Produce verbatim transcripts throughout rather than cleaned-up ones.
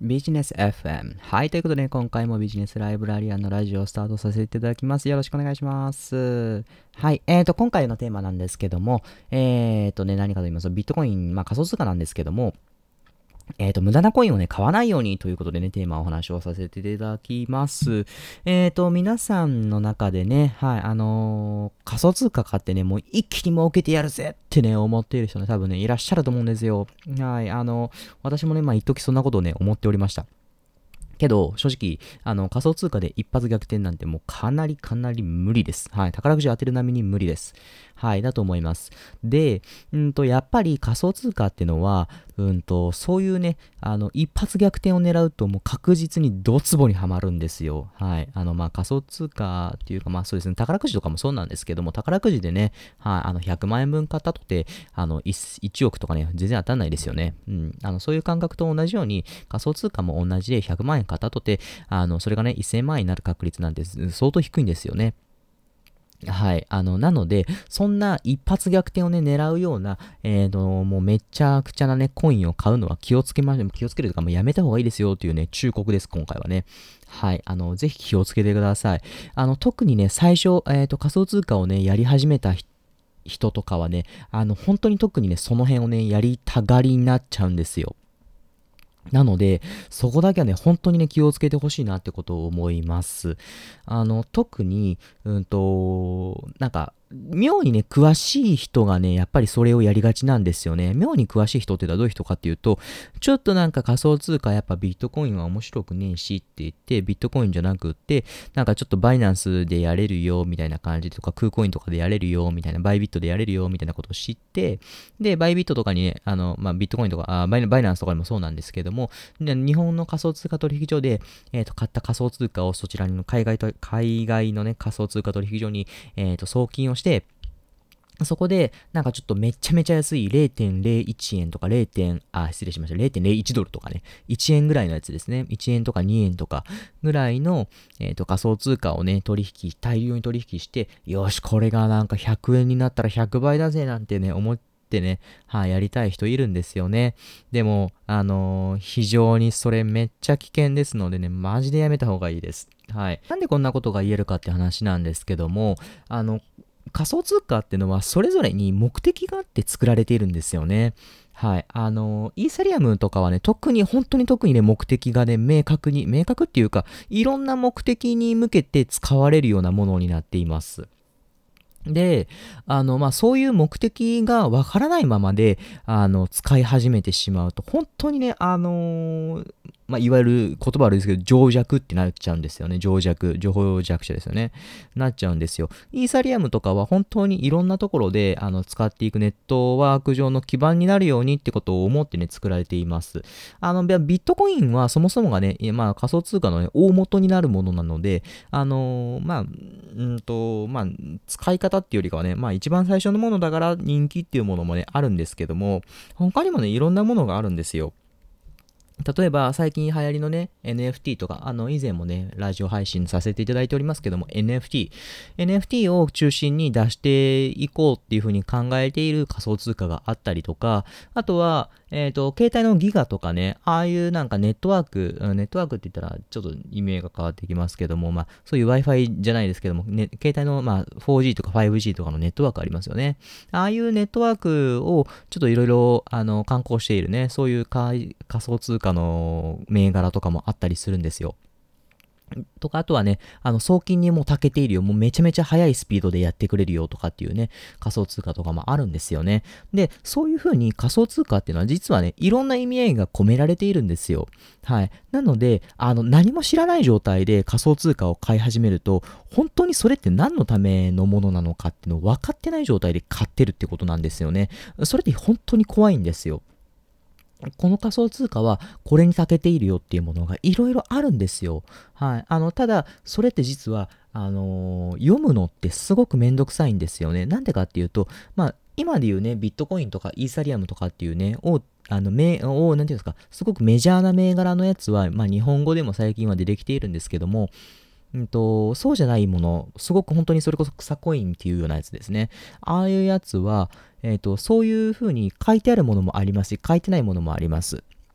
ビジネス エフエム。はい。ということで、今回もビジネスライブラリアンのラジオをスタートさせていただきます。よろしくお願いします。はい。えーと、今回のテーマなんですけども、えーとね、何かと言いますと、ビットコイン、まあ仮想通貨なんですけども、えっ、と、無駄なコインをね、買わないようにということでね、テーマをお話をさせていただきます。えっ、と、皆さんの中でね、はい、あのー仮想通貨買ってね、もう一気に儲けてやるぜってね、思っている人ね、多分ね、いらっしゃると思うんですよ。はい、あの私もね、まあ、一時そんなことをね、思っておりました。けど、正直、あの、仮想通貨で一発逆転なんてもうかなりかなり無理です。はい。宝くじ当てる並みに無理です。はい。だと思います。で、うんと、やっぱり仮想通貨ってのは、うんと、そういうね、あの、一発逆転を狙うともう確実にドツボにはまるんですよ。はい。あの、まあ、仮想通貨っていうか、まあそうですね、宝くじとかもそうなんですけども、宝くじでね、はい、あの、ひゃくまん円分買ったとて、あの1、いちおくとかね、全然当たんないですよね。うん。あの、そういう感覚と同じように、仮想通貨も同じでひゃくまん円買ったとて、あの、それがね、せんまん円になる確率なんて相当低いんですよね。はい。あの、なので、そんな一発逆転をね、狙うような、えーと、もうめちゃくちゃなね、コインを買うのは気をつけましょう。気をつけるというか、もうやめた方がいいですよというね、忠告です、今回はね。はい。あの、ぜひ気をつけてください。あの、特にね、最初、えーと、仮想通貨をね、やり始めた人とかはね、あの、本当に特にね、その辺をね、やりたがりになっちゃうんですよ。なので、そこだけはね、本当にね、気をつけてほしいなってことを思います。あの、特に、うんと、なんか、妙にね、詳しい人がね、やっぱりそれをやりがちなんですよね。妙に詳しい人ってのはどういう人かっていうと、ちょっとなんか仮想通貨やっぱビットコインは面白くねえしって言って、ビットコインじゃなくって、なんかちょっとバイナンスでやれるよみたいな感じとか、空コインとかでやれるよみたいな、バイビットでやれるよみたいなことを知って、で、バイビットとかにね、あの、まあ、ビットコインとか、あバイバイナンスとかでもそうなんですけども、で日本の仮想通貨取引所で、えっ、と、買った仮想通貨をそちらの海外と、海外のね、仮想通貨取引所に、えっ、と、送金をして、そこで、なんかちょっとめちゃめちゃ安い れいてんれいいち 円とかれい. あ、失礼しました。れいてんれいいちドルとかね。いちえんぐらいのやつですね。いちえんとかにえんとかぐらいの、えっ、と、仮想通貨をね、取引、大量に取引して、よし、これがなんかひゃくえんになったらひゃくばいだぜなんてね、思ってね、はい、あ、やりたい人いるんですよね。でも、あのー非常にそれめっちゃ危険ですのでね、マジでやめた方がいいです。はい。なんでこんなことが言えるかって話なんですけども、あの、仮想通貨っていうのはそれぞれに目的があって作られているんですよね。はい。あの、イーサリアムとかはね、特に、本当に特にね、目的がね、明確に、明確っていうか、いろんな目的に向けて使われるようなものになっています。で、あの、まあ、そういう目的がわからないままで、あの、使い始めてしまうと、本当にね、あのーまあ、いわゆる言葉悪いですけど、情弱ってなっちゃうんですよね。情弱。情報弱者ですよね。なっちゃうんですよ。イーサリアムとかは本当にいろんなところで、あの、使っていくネットワーク上の基盤になるようにってことを思ってね、作られています。あの、ビットコインはそもそもがね、まあ、仮想通貨の、ね、大元になるものなので、あのーまあ、うんと、まあ、使い方っていうよりかはね、まあ一番最初のものだから人気っていうものもね、あるんですけども、他にもね、いろんなものがあるんですよ。例えば、最近流行りのね、エヌエフティー とか、あの、以前もね、ラジオ配信させていただいておりますけども、エヌエフティー。エヌエフティー を中心に出していこうっていうふうに考えている仮想通貨があったりとか、あとは、えっ、と、携帯のギガとかね、ああいうなんかネットワーク、ネットワークって言ったらちょっと意味が変わってきますけども、まあ、そういう Wi-Fi じゃないですけども、ね、携帯の、まあ、フォージー とか ファイブジー とかのネットワークありますよね。ああいうネットワークをちょっといろいろ、あの、観光しているね、そういう仮想通貨の銘柄とかもあったりするんですよ。とか、あとはね、あの、送金にも長けているよ。もうめちゃめちゃ速いスピードでやってくれるよとかっていうね、仮想通貨とかもあるんですよね。で、そういう風に仮想通貨っていうのは実はね、いろんな意味合いが込められているんですよ。はい。なので、あの、何も知らない状態で仮想通貨を買い始めると、本当にそれって何のためのものなのかっていうのを分かってない状態で買ってるってことなんですよね。それって本当に怖いんですよ。この仮想通貨はこれに長けているよっていうものがいろいろあるんですよ。はい。あの、ただ、それって実は、あのー読むのってすごくめんどくさいんですよね。なんでかっていうと、まあ、今で言うね、ビットコインとかイーサリアムとかっていうね、を、あの、め、を、なんていうんですか、すごくメジャーな銘柄のやつは、まあ、日本語でも最近は出てきているんですけども、うんと、そうじゃないもの、すごく本当にそれこそ草コインっていうようなやつですね。ああいうやつは、えっ、と、そういう風に書いてあるものもありますし、書いてないものもあります。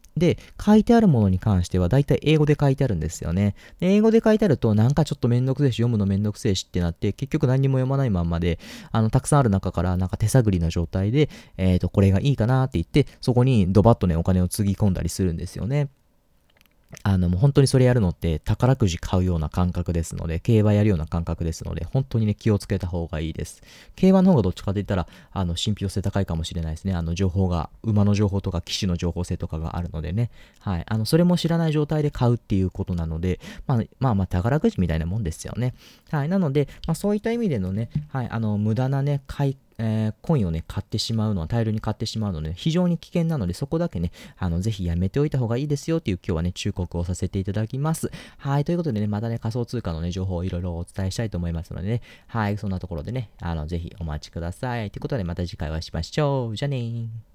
で、書いてあるものに関しては、だいたい英語で書いてあるんですよね。で英語で書いてあると、なんかちょっとめんどくせえし、読むのめんどくせえしってなって、結局何にも読まないまんまで、あの、たくさんある中から、なんか手探りの状態で、えっと、これがいいかなって言って、そこにドバッとね、お金をつぎ込んだりするんですよね。あの、もう本当にそれやるのって宝くじ買うような感覚ですので、競馬やるような感覚ですので、本当にね、気をつけた方がいいです。競馬の方がどっちかと言ったら、あの、信憑性高いかもしれないですね。あの、情報が、馬の情報とか、騎手の情報性とかがあるのでね。はい。あの、それも知らない状態で買うっていうことなので、まあ、まあまあ、宝くじみたいなもんですよね。はい。なので、まあ、そういった意味でのね、はい、あの、無駄なね、買い、えーコインをね、買ってしまうのは、大量に買ってしまうので、非常に危険なので、そこだけね、あの、ぜひやめておいた方がいいですよっていう今日はね、忠告をさせていただきます。はい、ということでね、またね、仮想通貨のね、情報をいろいろお伝えしたいと思いますのでね、はい、そんなところでね、あの、ぜひお待ちください。ということで、また次回お会いしましょう。じゃあねー。